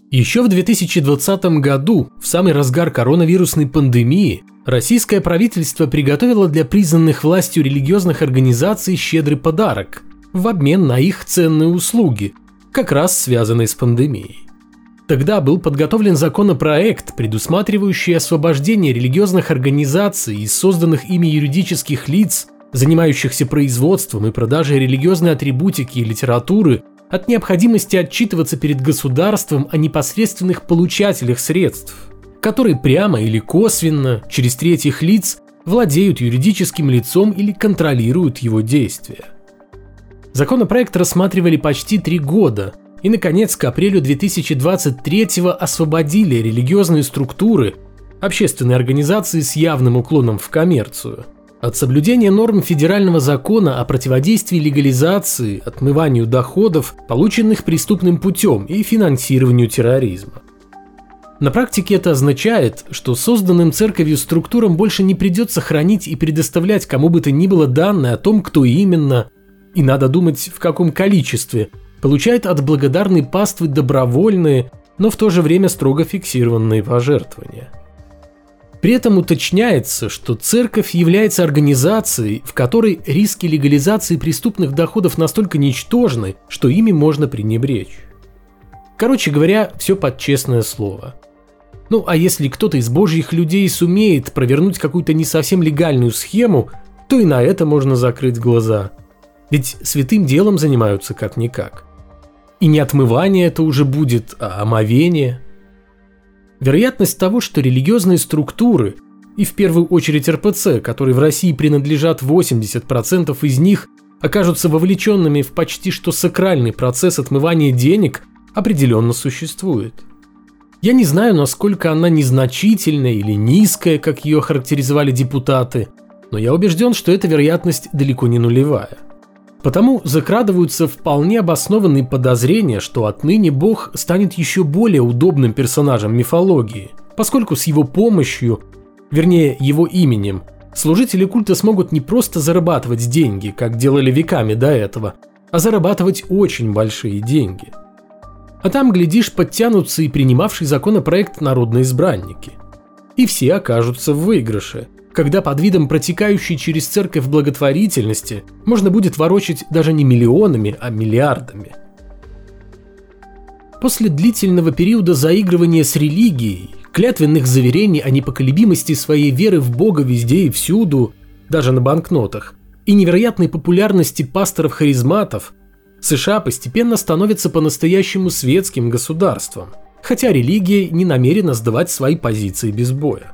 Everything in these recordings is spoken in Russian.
Еще в 2020 году, в самый разгар коронавирусной пандемии, российское правительство приготовило для признанных властью религиозных организаций щедрый подарок в обмен на их ценные услуги, как раз связанные с пандемией. Тогда был подготовлен законопроект, предусматривающий освобождение религиозных организаций и созданных ими юридических лиц, занимающихся производством и продажей религиозной атрибутики и литературы, от необходимости отчитываться перед государством о непосредственных получателях средств, которые прямо или косвенно, через третьих лиц, владеют юридическим лицом или контролируют его действия. Законопроект рассматривали почти 3 года, и, наконец, к апрелю 2023-го освободили религиозные структуры, общественные организации с явным уклоном в коммерцию, от соблюдения норм федерального закона о противодействии легализации, отмыванию доходов, полученных преступным путем, и финансированию терроризма. На практике это означает, что созданным церковью структурам больше не придется хранить и предоставлять кому бы то ни было данные о том, кто именно, и надо думать, в каком количестве, получает от благодарной паствы добровольные, но в то же время строго фиксированные пожертвования. При этом уточняется, что церковь является организацией, в которой риски легализации преступных доходов настолько ничтожны, что ими можно пренебречь. Короче говоря, все под честное слово. Ну а если кто-то из божьих людей сумеет провернуть какую-то не совсем легальную схему, то и на это можно закрыть глаза. Ведь святым делом занимаются как-никак. И не отмывание это уже будет, а омовение. Вероятность того, что религиозные структуры, и в первую очередь РПЦ, которой в России принадлежат 80% из них, окажутся вовлеченными в почти что сакральный процесс отмывания денег, определенно существует. Я не знаю, насколько она незначительная или низкая, как ее характеризовали депутаты, но я убежден, что эта вероятность далеко не нулевая. Потому закрадываются вполне обоснованные подозрения, что отныне Бог станет еще более удобным персонажем мифологии, поскольку с его помощью, вернее его именем, служители культа смогут не просто зарабатывать деньги, как делали веками до этого, а зарабатывать очень большие деньги. А там, глядишь, подтянутся и принимавший законопроект народные избранники. И все окажутся в выигрыше, когда под видом протекающей через церковь благотворительности можно будет ворочать даже не миллионами, а миллиардами. После длительного периода заигрывания с религией, клятвенных заверений о непоколебимости своей веры в Бога везде и всюду, даже на банкнотах, и невероятной популярности пасторов-харизматов, США постепенно становится по-настоящему светским государством, хотя религия не намерена сдавать свои позиции без боя.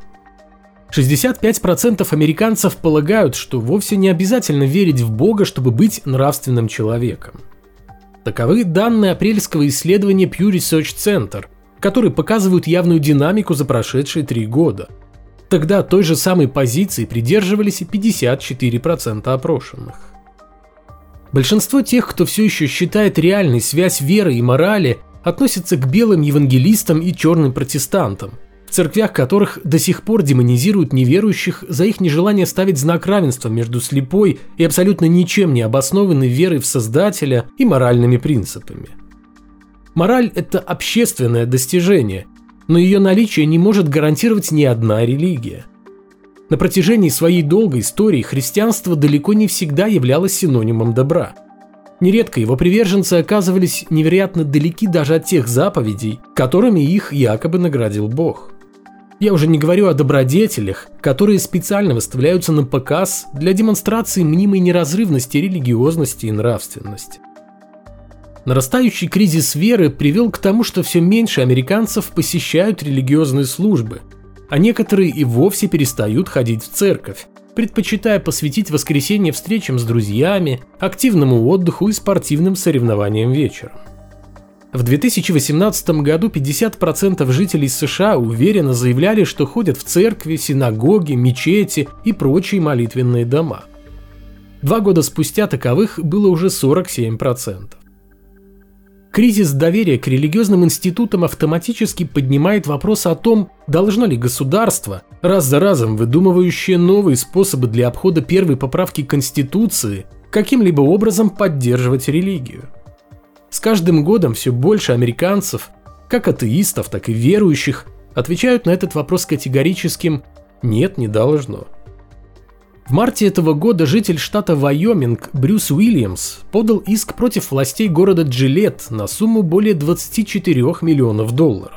65% американцев полагают, что вовсе не обязательно верить в Бога, чтобы быть нравственным человеком. Таковы данные апрельского исследования Pew Research Center, которые показывают явную динамику за прошедшие 3 года. Тогда той же самой позиции придерживались и 54% опрошенных. Большинство тех, кто все еще считает реальной связь веры и морали, относятся к белым евангелистам и черным протестантам, в церквях которых до сих пор демонизируют неверующих за их нежелание ставить знак равенства между слепой и абсолютно ничем не обоснованной верой в Создателя и моральными принципами. Мораль – это общественное достижение, но ее наличие не может гарантировать ни одна религия. На протяжении своей долгой истории христианство далеко не всегда являлось синонимом добра. Нередко его приверженцы оказывались невероятно далеки даже от тех заповедей, которыми их якобы наградил Бог. Я уже не говорю о добродетелях, которые специально выставляются на показ для демонстрации мнимой неразрывности религиозности и нравственности. Нарастающий кризис веры привел к тому, что все меньше американцев посещают религиозные службы, а некоторые и вовсе перестают ходить в церковь, предпочитая посвятить воскресенье встречам с друзьями, активному отдыху и спортивным соревнованиям вечером. В 2018 году 50% жителей США уверенно заявляли, что ходят в церкви, синагоги, мечети и прочие молитвенные дома. 2 года спустя таковых было уже 47%. Кризис доверия к религиозным институтам автоматически поднимает вопрос о том, должно ли государство, раз за разом выдумывающее новые способы для обхода первой поправки Конституции, каким-либо образом поддерживать религию. С каждым годом все больше американцев, Как атеистов, так и верующих, отвечают на этот вопрос категорическим «нет, не должно». В марте этого года житель штата Вайоминг Брюс Уильямс подал иск против властей города Джилетт на сумму более $24 миллионов.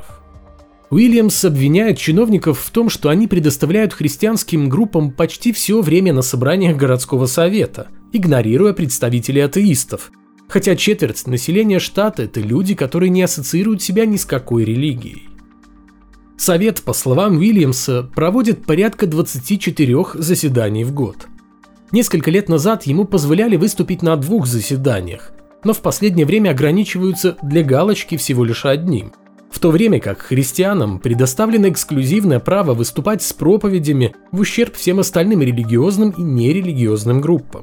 Уильямс обвиняет чиновников в том, что они предоставляют христианским группам почти все время на собраниях городского совета, игнорируя представителей атеистов, хотя четверть населения штата – это люди, которые не ассоциируют себя ни с какой религией. Совет, по словам Уильямса, проводит порядка 24 заседаний в год. Несколько лет назад ему позволяли выступить на 2 заседаниях, но в последнее время ограничиваются для галочки всего лишь одним, в то время как христианам предоставлено эксклюзивное право выступать с проповедями в ущерб всем остальным религиозным и нерелигиозным группам.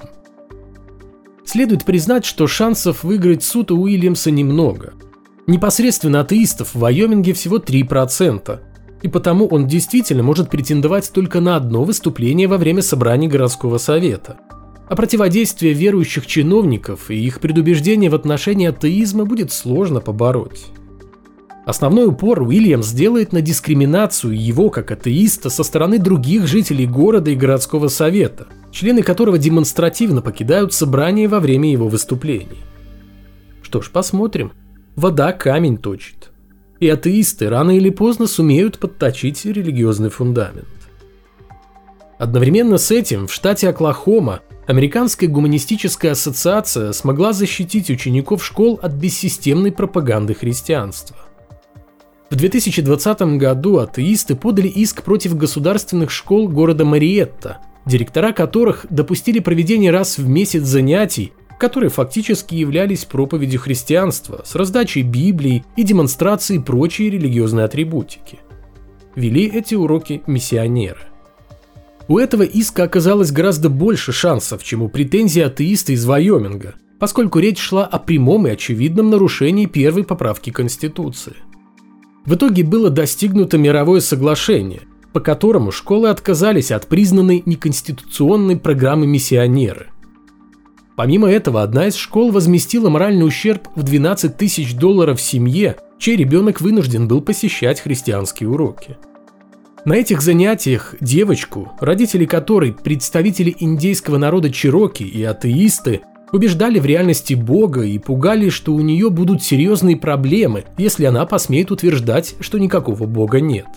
Следует признать, что шансов выиграть суд у Уильямса немного. Непосредственно атеистов в Вайоминге всего 3%, и потому он действительно может претендовать только на одно выступление во время собраний городского совета. А противодействие верующих чиновников и их предубеждения в отношении атеизма будет сложно побороть. Основной упор Уильямс делает на дискриминацию его как атеиста со стороны других жителей города и городского совета, члены которого демонстративно покидают собрание во время его выступлений. Что ж, посмотрим. Вода камень точит. И атеисты рано или поздно сумеют подточить религиозный фундамент. Одновременно с этим в штате Оклахома Американская гуманистическая ассоциация смогла защитить учеников школ от бессистемной пропаганды христианства. В 2020 году атеисты подали иск против государственных школ города Мариетта, директора которых допустили проведение раз в месяц занятий, которые фактически являлись проповедью христианства с раздачей Библии и демонстрацией прочей религиозной атрибутики. Вели эти уроки миссионеры. У этого иска оказалось гораздо больше шансов, чем у претензий атеиста из Вайоминга, поскольку речь шла о прямом и очевидном нарушении первой поправки Конституции. В итоге было достигнуто мировое соглашение, по которому школы отказались от признанной неконституционной программы «Миссионеры». Помимо этого, одна из школ возместила моральный ущерб в $12 тысяч семье, чей ребенок вынужден был посещать христианские уроки. На этих занятиях девочку, родители которой представители индейского народа чероки и атеисты, убеждали в реальности Бога и пугали, что у нее будут серьезные проблемы, если она посмеет утверждать, что никакого Бога нет.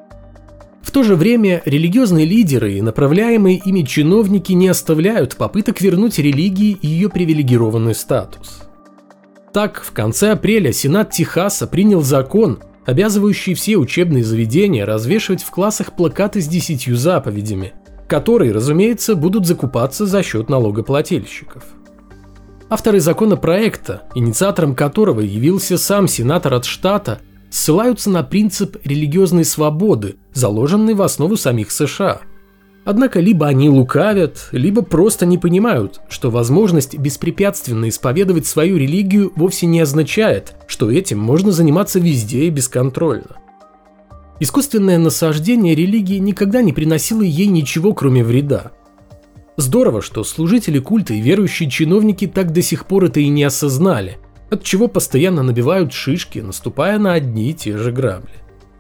В то же время религиозные лидеры и направляемые ими чиновники не оставляют попыток вернуть религии ее привилегированный статус. Так, в конце апреля Сенат Техаса принял закон, обязывающий все учебные заведения развешивать в классах плакаты с 10 заповедями, которые, разумеется, будут закупаться за счет налогоплательщиков. Авторы законопроекта, инициатором которого явился сам сенатор от штата, ссылаются на принцип религиозной свободы, заложенный в основу самих США. Однако либо они лукавят, либо просто не понимают, что возможность беспрепятственно исповедовать свою религию вовсе не означает, что этим можно заниматься везде и бесконтрольно. Искусственное насаждение религии никогда не приносило ей ничего, кроме вреда. Здорово, что служители культа и верующие чиновники так до сих пор это и не осознали, отчего постоянно набивают шишки, наступая на одни и те же грабли.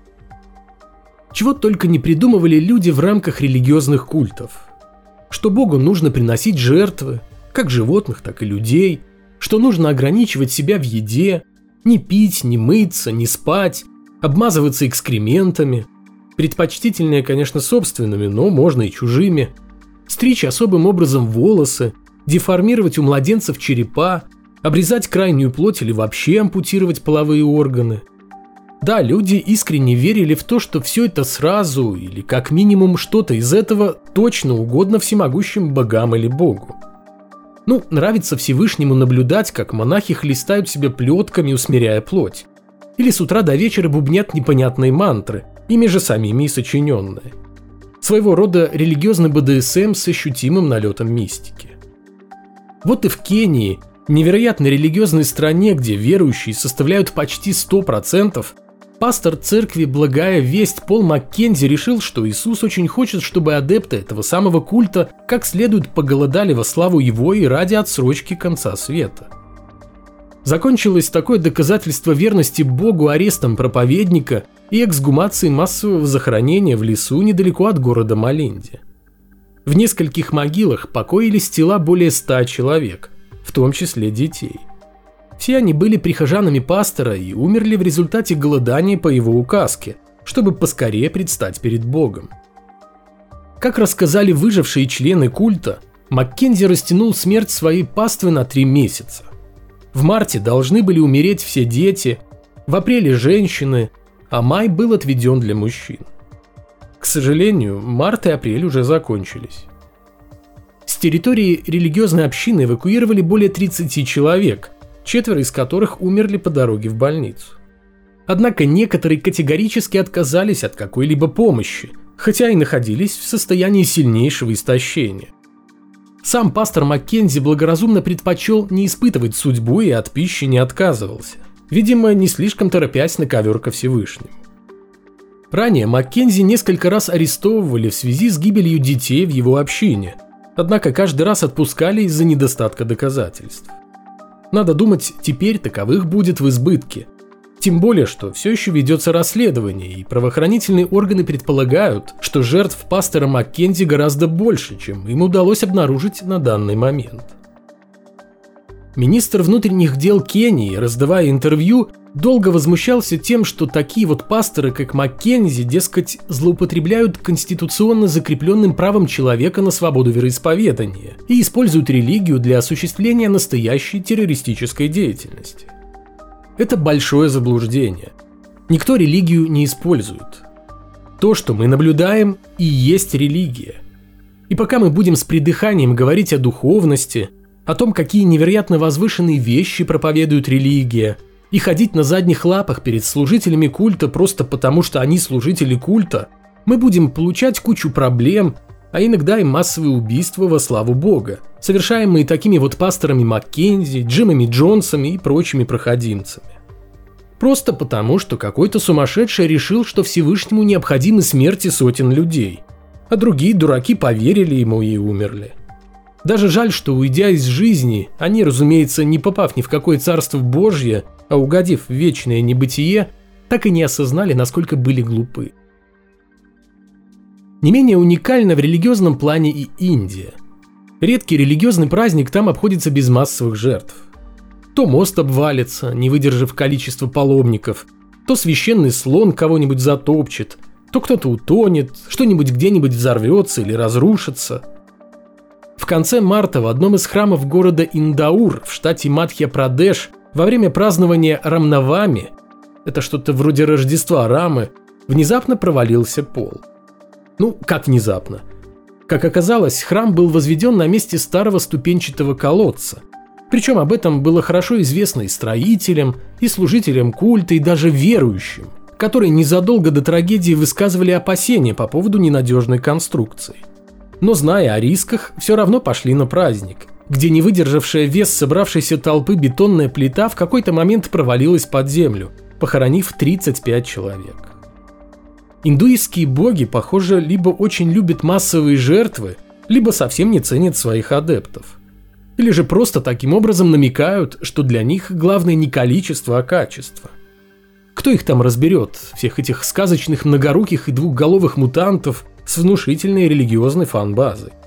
Чего только не придумывали люди в рамках религиозных культов. Что Богу нужно приносить жертвы, как животных, так и людей, что нужно ограничивать себя в еде, не пить, не мыться, не спать, обмазываться экскрементами, предпочтительнее, конечно, собственными, но можно и чужими, стричь особым образом волосы, деформировать у младенцев черепа, обрезать крайнюю плоть или вообще ампутировать половые органы. Да, люди искренне верили в то, что все это сразу, или как минимум что-то из этого точно угодно всемогущим богам или Богу. Нравится Всевышнему наблюдать, как монахи хлестают себя плетками, усмиряя плоть. Или с утра до вечера бубнят непонятные мантры, ими же самими и сочиненные. Своего рода религиозный БДСМ с ощутимым налетом мистики. Вот и в Кении, невероятно религиозной стране, где верующие составляют почти 100%, пастор церкви «Благая весть» Пол Маккензи решил, что Иисус очень хочет, чтобы адепты этого самого культа как следует поголодали во славу его и ради отсрочки конца света. Закончилось такое доказательство верности Богу арестом проповедника и эксгумацией массового захоронения в лесу недалеко от города Малинди. В нескольких могилах покоились тела более 100 человек, в том числе детей. Все они были прихожанами пастора и умерли в результате голодания по его указке, чтобы поскорее предстать перед Богом. Как рассказали выжившие члены культа, Маккензи растянул смерть своей паствы на 3 месяца. В марте должны были умереть все дети, в апреле женщины, а май был отведен для мужчин. К сожалению, март и апрель уже закончились. С территории религиозной общины эвакуировали более 30 человек, 4 из которых умерли по дороге в больницу. Однако некоторые категорически отказались от какой-либо помощи, хотя и находились в состоянии сильнейшего истощения. Сам пастор Маккензи благоразумно предпочел не испытывать судьбу и от пищи не отказывался, видимо, не слишком торопясь на ковер ко Всевышнему. Ранее Маккензи несколько раз арестовывали в связи с гибелью детей в его общине, однако каждый раз отпускали из-за недостатка доказательств. Надо думать, теперь таковых будет в избытке. Тем более, что все еще ведется расследование, и правоохранительные органы предполагают, что жертв пастора Маккензи гораздо больше, чем им удалось обнаружить на данный момент. Министр внутренних дел Кении, раздавая интервью, долго возмущался тем, что такие вот пасторы, как Маккензи, дескать, злоупотребляют конституционно закрепленным правом человека на свободу вероисповедания и используют религию для осуществления настоящей террористической деятельности. Это большое заблуждение. Никто религию не использует. То, что мы наблюдаем, и есть религия. И пока мы будем с придыханием говорить о духовности, о том, какие невероятно возвышенные вещи проповедует религия, и ходить на задних лапах перед служителями культа просто потому, что они служители культа, мы будем получать кучу проблем, а иногда и массовые убийства во славу Бога, совершаемые такими вот пасторами Маккензи, Джимами Джонсами и прочими проходимцами. Просто потому, что какой-то сумасшедший решил, что Всевышнему необходимы смерти сотен людей, а другие дураки поверили ему и умерли. Даже жаль, что, уйдя из жизни, они, разумеется, не попав ни в какое царство Божье, а угодив в вечное небытие, так и не осознали, насколько были глупы. Не менее уникальна в религиозном плане и Индия. Редкий религиозный праздник там обходится без массовых жертв. То мост обвалится, не выдержав количества паломников, то священный слон кого-нибудь затопчет, то кто-то утонет, что-нибудь где-нибудь взорвется или разрушится. В конце марта в одном из храмов города Индаур в штате Мадхья-Прадеш во время празднования Рамнавами, это что-то вроде Рождества Рамы, внезапно провалился пол. Ну, как внезапно? Как оказалось, храм был возведен на месте старого ступенчатого колодца. Причем об этом было хорошо известно и строителям, и служителям культа, и даже верующим, которые незадолго до трагедии высказывали опасения по поводу ненадежной конструкции. Но, зная о рисках, все равно пошли на праздник, где не выдержавшая вес собравшейся толпы бетонная плита в какой-то момент провалилась под землю, похоронив 35 человек. Индуистские боги, похоже, либо очень любят массовые жертвы, либо совсем не ценят своих адептов. Или же просто таким образом намекают, что для них главное не количество, а качество. Кто их там разберет, всех этих сказочных многоруких и двухголовых мутантов с внушительной религиозной фан-базой?